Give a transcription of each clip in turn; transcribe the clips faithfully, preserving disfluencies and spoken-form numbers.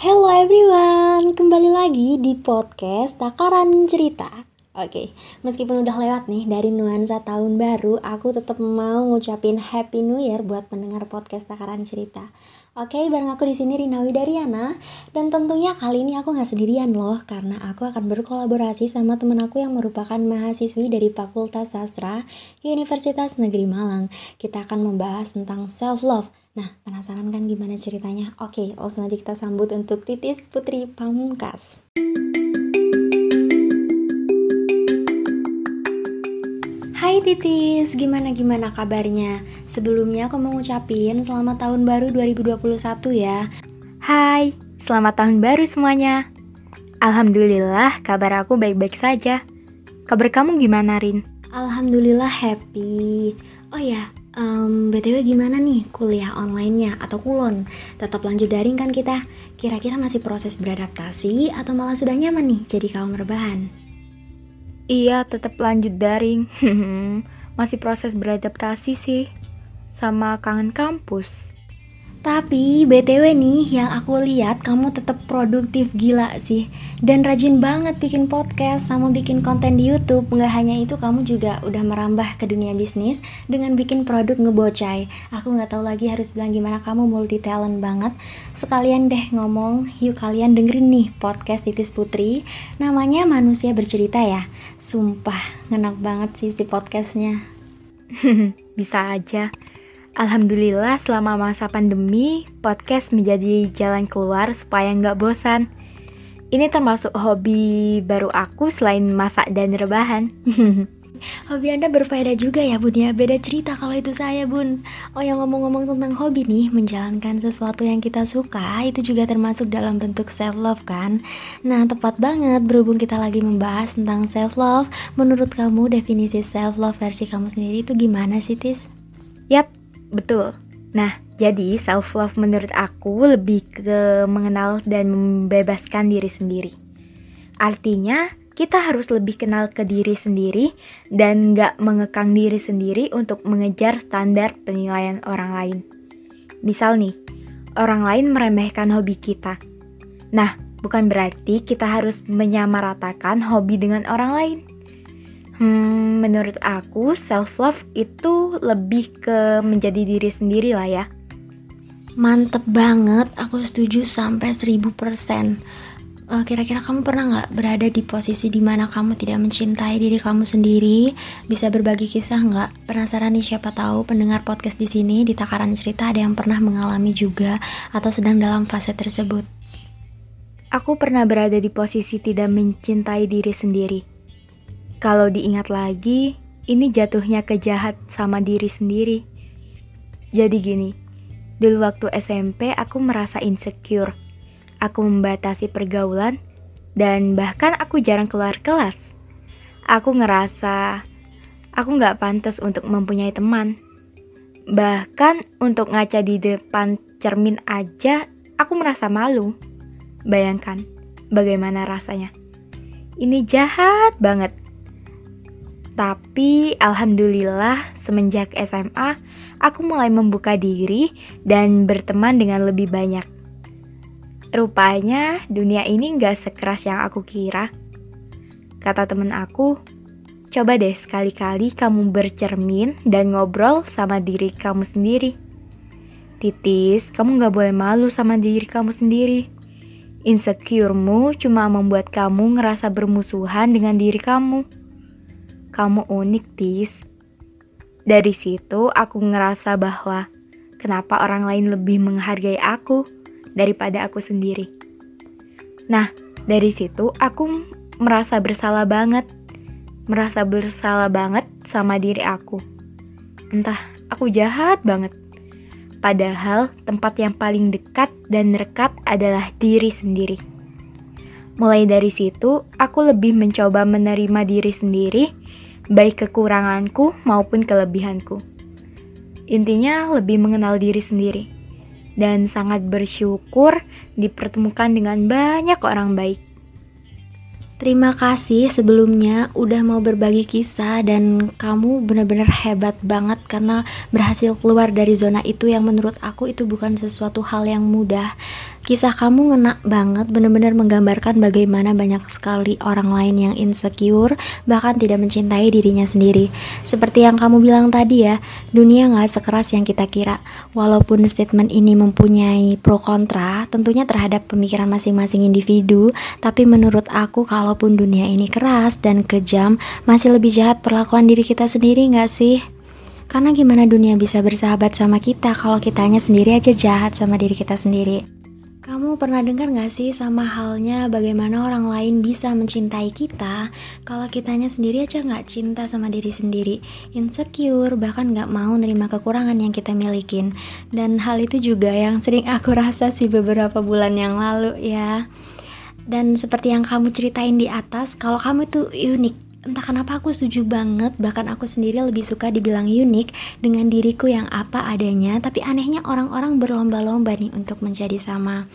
Hello everyone, kembali lagi di podcast Takaran Cerita. Oke, meskipun udah lewat nih dari nuansa tahun baru, aku tetap mau ngucapin Happy New Year buat pendengar podcast Takaran Cerita. Oke, bareng aku di sini Rina Widariana, dan tentunya kali ini aku nggak sendirian loh, karena aku akan berkolaborasi sama temen aku yang merupakan mahasiswi dari Fakultas Sastra Universitas Negeri Malang. Kita akan membahas tentang self love. Nah, penasaran kan gimana ceritanya? Oke, langsung aja kita sambut untuk Titis Putri Pamungkas. Hai Titis, gimana-gimana kabarnya? Sebelumnya aku mau ngucapin selamat tahun baru dua ribu dua puluh satu ya. Hai, selamat tahun baru semuanya. Alhamdulillah kabar aku baik-baik saja. Kabar kamu gimana, Rin? Alhamdulillah happy. Oh ya, um, B T W gimana nih kuliah online-nya atau kulon? Tetap lanjut daring kan kita? Kira-kira masih proses beradaptasi atau malah sudah nyaman nih jadi kaum rebahan? Iya, tetap lanjut daring. Masih proses beradaptasi sih. Sama kangen kampus. Tapi B T W nih, yang aku lihat kamu tetap produktif gila sih. Dan rajin banget bikin podcast sama bikin konten di YouTube. Nggak hanya itu, kamu juga udah merambah ke dunia bisnis dengan bikin produk ngebocai. Aku nggak tahu lagi harus bilang gimana, kamu multi talent banget. Sekalian deh ngomong, yuk kalian dengerin nih podcast Titis Putri. Namanya Manusia Bercerita ya. Sumpah, ngenak banget sih si podcastnya. Bisa aja. Alhamdulillah selama masa pandemi, podcast menjadi jalan keluar supaya nggak bosan. Ini termasuk hobi baru aku selain masak dan rebahan. Hobi Anda berfaedah juga ya Bun ya, beda cerita kalau itu saya Bun. Oh yang ngomong-ngomong tentang hobi nih, menjalankan sesuatu yang kita suka itu juga termasuk dalam bentuk self love kan. Nah tepat banget, berhubung kita lagi membahas tentang self love, menurut kamu definisi self love versi kamu sendiri itu gimana sih Tis? Yap, betul. Nah, jadi self love menurut aku lebih ke mengenal dan membebaskan diri sendiri. Artinya, kita harus lebih kenal ke diri sendiri dan gak mengekang diri sendiri untuk mengejar standar penilaian orang lain. Misal nih, orang lain meremehkan hobi kita. Nah, bukan berarti kita harus menyamaratakan hobi dengan orang lain. Hmm, menurut aku self-love itu lebih ke menjadi diri sendiri lah ya. Mantep banget, aku setuju sampai seribu persen. Uh, kira-kira kamu pernah gak berada di posisi dimana kamu tidak mencintai diri kamu sendiri? Bisa berbagi kisah gak? Penasaran nih, siapa tahu pendengar podcast di sini di Takaran Cerita ada yang pernah mengalami juga atau sedang dalam fase tersebut. Aku pernah berada di posisi tidak mencintai diri sendiri. Kalau diingat lagi, ini jatuhnya ke jahat sama diri sendiri. Jadi gini, dulu waktu S M P aku merasa insecure. Aku membatasi pergaulan, dan bahkan aku jarang keluar kelas. Aku ngerasa aku gak pantas untuk mempunyai teman. Bahkan untuk ngaca di depan cermin aja, aku merasa malu. Bayangkan bagaimana rasanya. Ini jahat banget. Tapi alhamdulillah semenjak S M A, aku mulai membuka diri dan berteman dengan lebih banyak. Rupanya dunia ini gak sekeras yang aku kira. Kata temen aku, coba deh sekali-kali kamu bercermin dan ngobrol sama diri kamu sendiri. Titis, kamu gak boleh malu sama diri kamu sendiri. Insecure-mu cuma membuat kamu ngerasa bermusuhan dengan diri kamu. Kamu unik, Tis. Dari situ aku ngerasa bahwa kenapa orang lain lebih menghargai aku daripada aku sendiri. Nah, dari situ aku merasa bersalah banget. Merasa bersalah banget sama diri aku. Entah, aku jahat banget. Padahal tempat yang paling dekat dan rekat adalah diri sendiri. Mulai dari situ, aku lebih mencoba menerima diri sendiri, baik kekuranganku maupun kelebihanku. Intinya lebih mengenal diri sendiri. Dan sangat bersyukur dipertemukan dengan banyak orang baik. Terima kasih sebelumnya udah mau berbagi kisah, dan kamu benar-benar hebat banget karena berhasil keluar dari zona itu yang menurut aku itu bukan sesuatu hal yang mudah. Kisah kamu ngena banget, benar-benar menggambarkan bagaimana banyak sekali orang lain yang insecure, bahkan tidak mencintai dirinya sendiri. Seperti yang kamu bilang tadi ya, dunia gak sekeras yang kita kira. Walaupun statement ini mempunyai pro kontra, tentunya terhadap pemikiran masing-masing individu, tapi menurut aku kalaupun dunia ini keras dan kejam, masih lebih jahat perlakuan diri kita sendiri gak sih? Karena gimana dunia bisa bersahabat sama kita kalau kitanya sendiri aja jahat sama diri kita sendiri? Kamu pernah dengar gak sih sama halnya bagaimana orang lain bisa mencintai kita kalau kitanya sendiri aja gak cinta sama diri sendiri, insecure, bahkan gak mau nerima kekurangan yang kita milikin. Dan hal itu juga yang sering aku rasa sih beberapa bulan yang lalu ya. Dan seperti yang kamu ceritain di atas, kalau kamu tuh unik. Entah kenapa aku setuju banget, bahkan aku sendiri lebih suka dibilang unik dengan diriku yang apa adanya, tapi anehnya orang-orang berlomba-lomba nih untuk menjadi sama.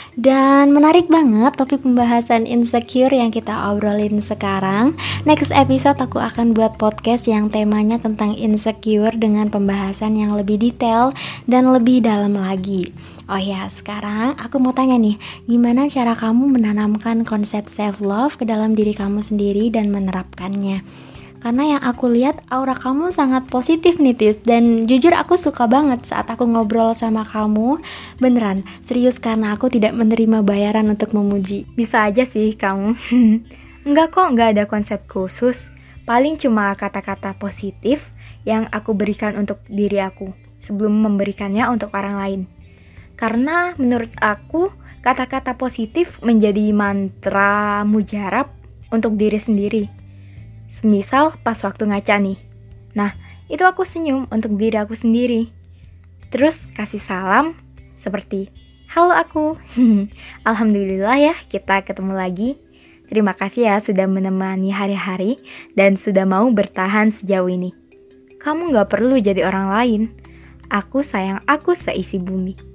Dan menarik banget topik pembahasan insecure yang kita obrolin sekarang. Next episode aku akan buat podcast yang temanya tentang insecure dengan pembahasan yang lebih detail dan lebih dalam lagi. Oh ya, sekarang aku mau tanya nih, gimana cara kamu menanamkan konsep self-love ke dalam diri kamu sendiri dan menerapkannya? Karena yang aku lihat aura kamu sangat positif nih Tis, dan jujur aku suka banget saat aku ngobrol sama kamu. Beneran, serius karena aku tidak menerima bayaran untuk memuji. Bisa aja sih kamu. Enggak kok, enggak ada konsep khusus. Paling cuma kata-kata positif yang aku berikan untuk diri aku sebelum memberikannya untuk orang lain. Karena menurut aku, kata-kata positif menjadi mantra mujarab untuk diri sendiri. Semisal pas waktu ngaca nih. Nah, itu aku senyum untuk diri aku sendiri. Terus kasih salam seperti, halo aku. Alhamdulillah ya, kita ketemu lagi. Terima kasih ya sudah menemani hari-hari dan sudah mau bertahan sejauh ini. Kamu gak perlu jadi orang lain. Aku sayang aku seisi bumi.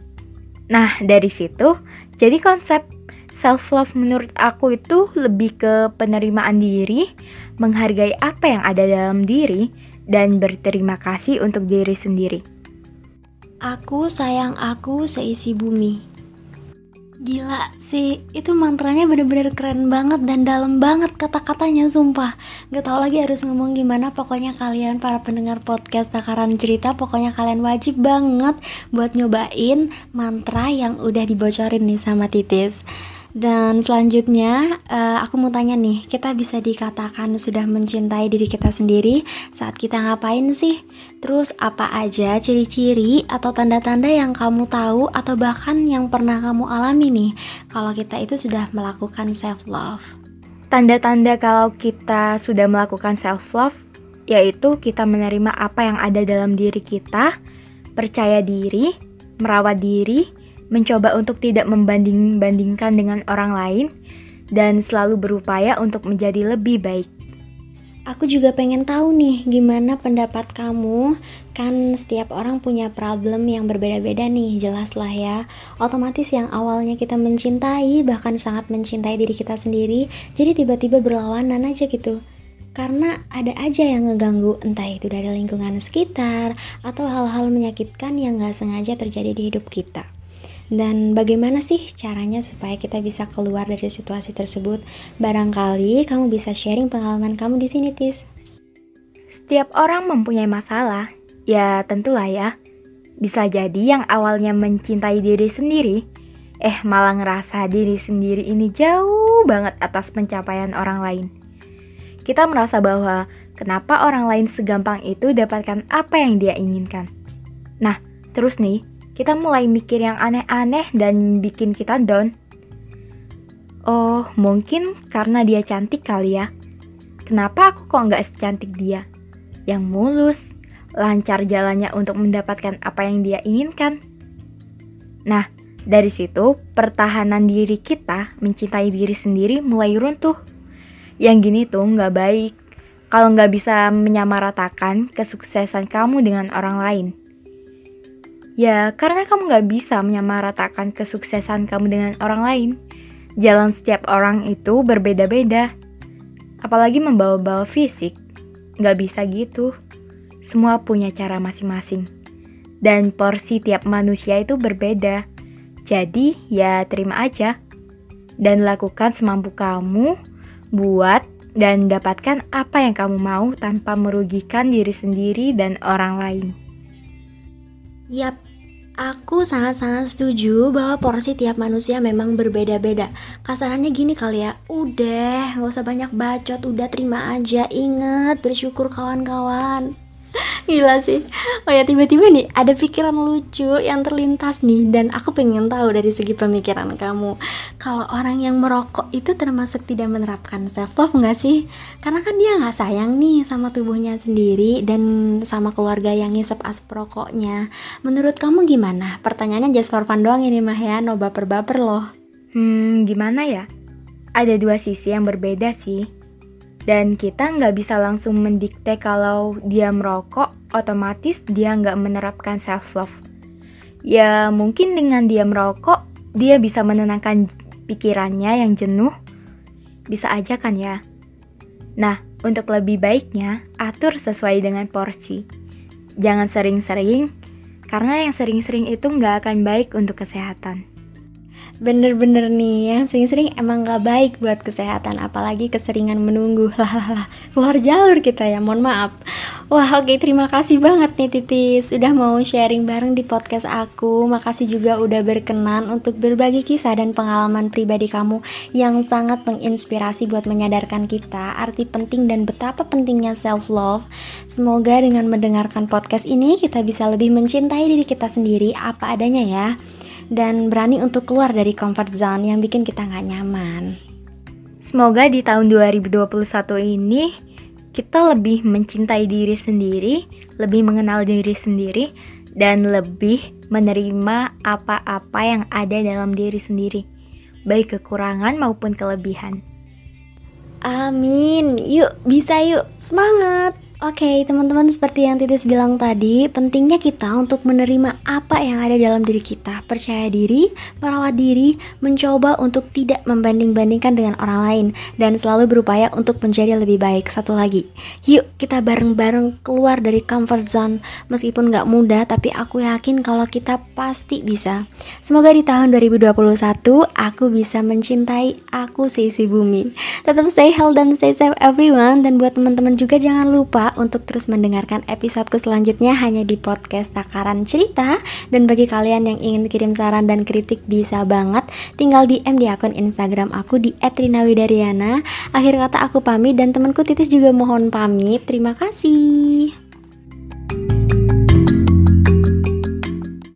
Nah, dari situ, jadi konsep self-love menurut aku itu lebih ke penerimaan diri, menghargai apa yang ada dalam diri, dan berterima kasih untuk diri sendiri. Aku sayang aku seisi bumi. Gila sih, itu mantranya bener-bener keren banget dan dalam banget kata-katanya, sumpah. Gak tau lagi harus ngomong gimana, pokoknya kalian para pendengar podcast Takaran Cerita, pokoknya kalian wajib banget buat nyobain mantra yang udah dibocorin nih sama Titis. Dan selanjutnya uh, aku mau tanya nih, kita bisa dikatakan sudah mencintai diri kita sendiri saat kita ngapain sih? Terus apa aja ciri-ciri atau tanda-tanda yang kamu tahu atau bahkan yang pernah kamu alami nih kalau kita itu sudah melakukan self-love? Tanda-tanda kalau kita sudah melakukan self-love yaitu kita menerima apa yang ada dalam diri kita, percaya diri, merawat diri, mencoba untuk tidak membanding-bandingkan dengan orang lain, dan selalu berupaya untuk menjadi lebih baik. Aku juga pengen tahu nih, gimana pendapat kamu? Kan setiap orang punya problem yang berbeda-beda nih, jelas lah ya. Otomatis yang awalnya kita mencintai, bahkan sangat mencintai diri kita sendiri, jadi tiba-tiba berlawanan aja gitu. Karena ada aja yang ngeganggu, entah itu dari lingkungan sekitar, atau hal-hal menyakitkan yang gak sengaja terjadi di hidup kita. Dan bagaimana sih caranya supaya kita bisa keluar dari situasi tersebut? Barangkali kamu bisa sharing pengalaman kamu di sini, Tis. Setiap orang mempunyai masalah, ya tentulah ya. Bisa jadi yang awalnya mencintai diri sendiri, eh malah ngerasa diri sendiri ini jauh banget atas pencapaian orang lain. Kita merasa bahwa kenapa orang lain segampang itu dapatkan apa yang dia inginkan. Nah, terus nih, kita mulai mikir yang aneh-aneh dan bikin kita down. Oh, mungkin karena dia cantik kali ya. Kenapa aku kok nggak secantik dia? Yang mulus, lancar jalannya untuk mendapatkan apa yang dia inginkan. Nah, dari situ pertahanan diri kita mencintai diri sendiri mulai runtuh. Yang gini tuh nggak baik. Kalau nggak bisa menyamaratakan kesuksesan kamu dengan orang lain. Ya, karena kamu gak bisa menyamaratakan kesuksesan kamu dengan orang lain. Jalan setiap orang itu berbeda-beda. Apalagi membawa-bawa fisik. Gak bisa gitu. Semua punya cara masing-masing. Dan porsi tiap manusia itu berbeda. Jadi ya terima aja. Dan lakukan semampu kamu buat dan dapatkan apa yang kamu mau tanpa merugikan diri sendiri dan orang lain. Yap, aku sangat-sangat setuju bahwa porsi tiap manusia memang berbeda-beda. Kasarannya gini kali ya, udah gak usah banyak bacot, udah terima aja. Ingat, bersyukur kawan-kawan. Gila sih. Oh ya, tiba-tiba nih ada pikiran lucu yang terlintas nih, dan aku pengen tahu dari segi pemikiran kamu. Kalau orang yang merokok itu termasuk tidak menerapkan self love nggak sih? Karena kan dia nggak sayang nih sama tubuhnya sendiri dan sama keluarga yang ngisep asap rokoknya. Menurut kamu gimana? Pertanyaannya just for fun doang ini mah ya, no baper-baper loh. Hmm, gimana ya? Ada dua sisi yang berbeda sih. Dan kita nggak bisa langsung mendikte kalau dia merokok, otomatis dia nggak menerapkan self-love. Ya mungkin dengan dia merokok, dia bisa menenangkan pikirannya yang jenuh. Bisa aja kan ya? Nah, untuk lebih baiknya, atur sesuai dengan porsi. Jangan sering-sering, karena yang sering-sering itu nggak akan baik untuk kesehatan. Bener-bener nih, yang sering-sering emang gak baik buat kesehatan, apalagi keseringan menunggu. Hahaha, keluar jalur kita ya, mohon maaf. Wah oke, okay, terima kasih banget nih Titis udah mau sharing bareng di podcast aku. Makasih juga udah berkenan untuk berbagi kisah dan pengalaman pribadi kamu yang sangat menginspirasi buat menyadarkan kita arti penting dan betapa pentingnya self-love. Semoga dengan mendengarkan podcast ini kita bisa lebih mencintai diri kita sendiri apa adanya ya, dan berani untuk keluar dari comfort zone yang bikin kita gak nyaman. Semoga di tahun dua ribu dua puluh satu ini kita lebih mencintai diri sendiri, lebih mengenal diri sendiri, dan lebih menerima apa-apa yang ada dalam diri sendiri, baik kekurangan maupun kelebihan. Amin, yuk bisa yuk, semangat! Oke okay, teman-teman, seperti yang Titis bilang tadi, pentingnya kita untuk menerima apa yang ada dalam diri kita. Percaya diri, merawat diri, mencoba untuk tidak membanding-bandingkan dengan orang lain, dan selalu berupaya untuk menjadi lebih baik. Satu lagi, yuk kita bareng-bareng keluar dari comfort zone. Meskipun gak mudah, tapi aku yakin kalau kita pasti bisa. Semoga di tahun dua ribu dua puluh satu aku bisa mencintai aku seisi bumi. Tetap stay healthy dan stay safe everyone. Dan buat teman-teman juga jangan lupa untuk terus mendengarkan episodeku selanjutnya hanya di podcast Takaran Cerita. Dan bagi kalian yang ingin kirim saran dan kritik bisa banget tinggal D M di akun Instagram aku di et rina widariana. Akhir kata aku pamit dan temanku Titis juga mohon pamit. Terima kasih.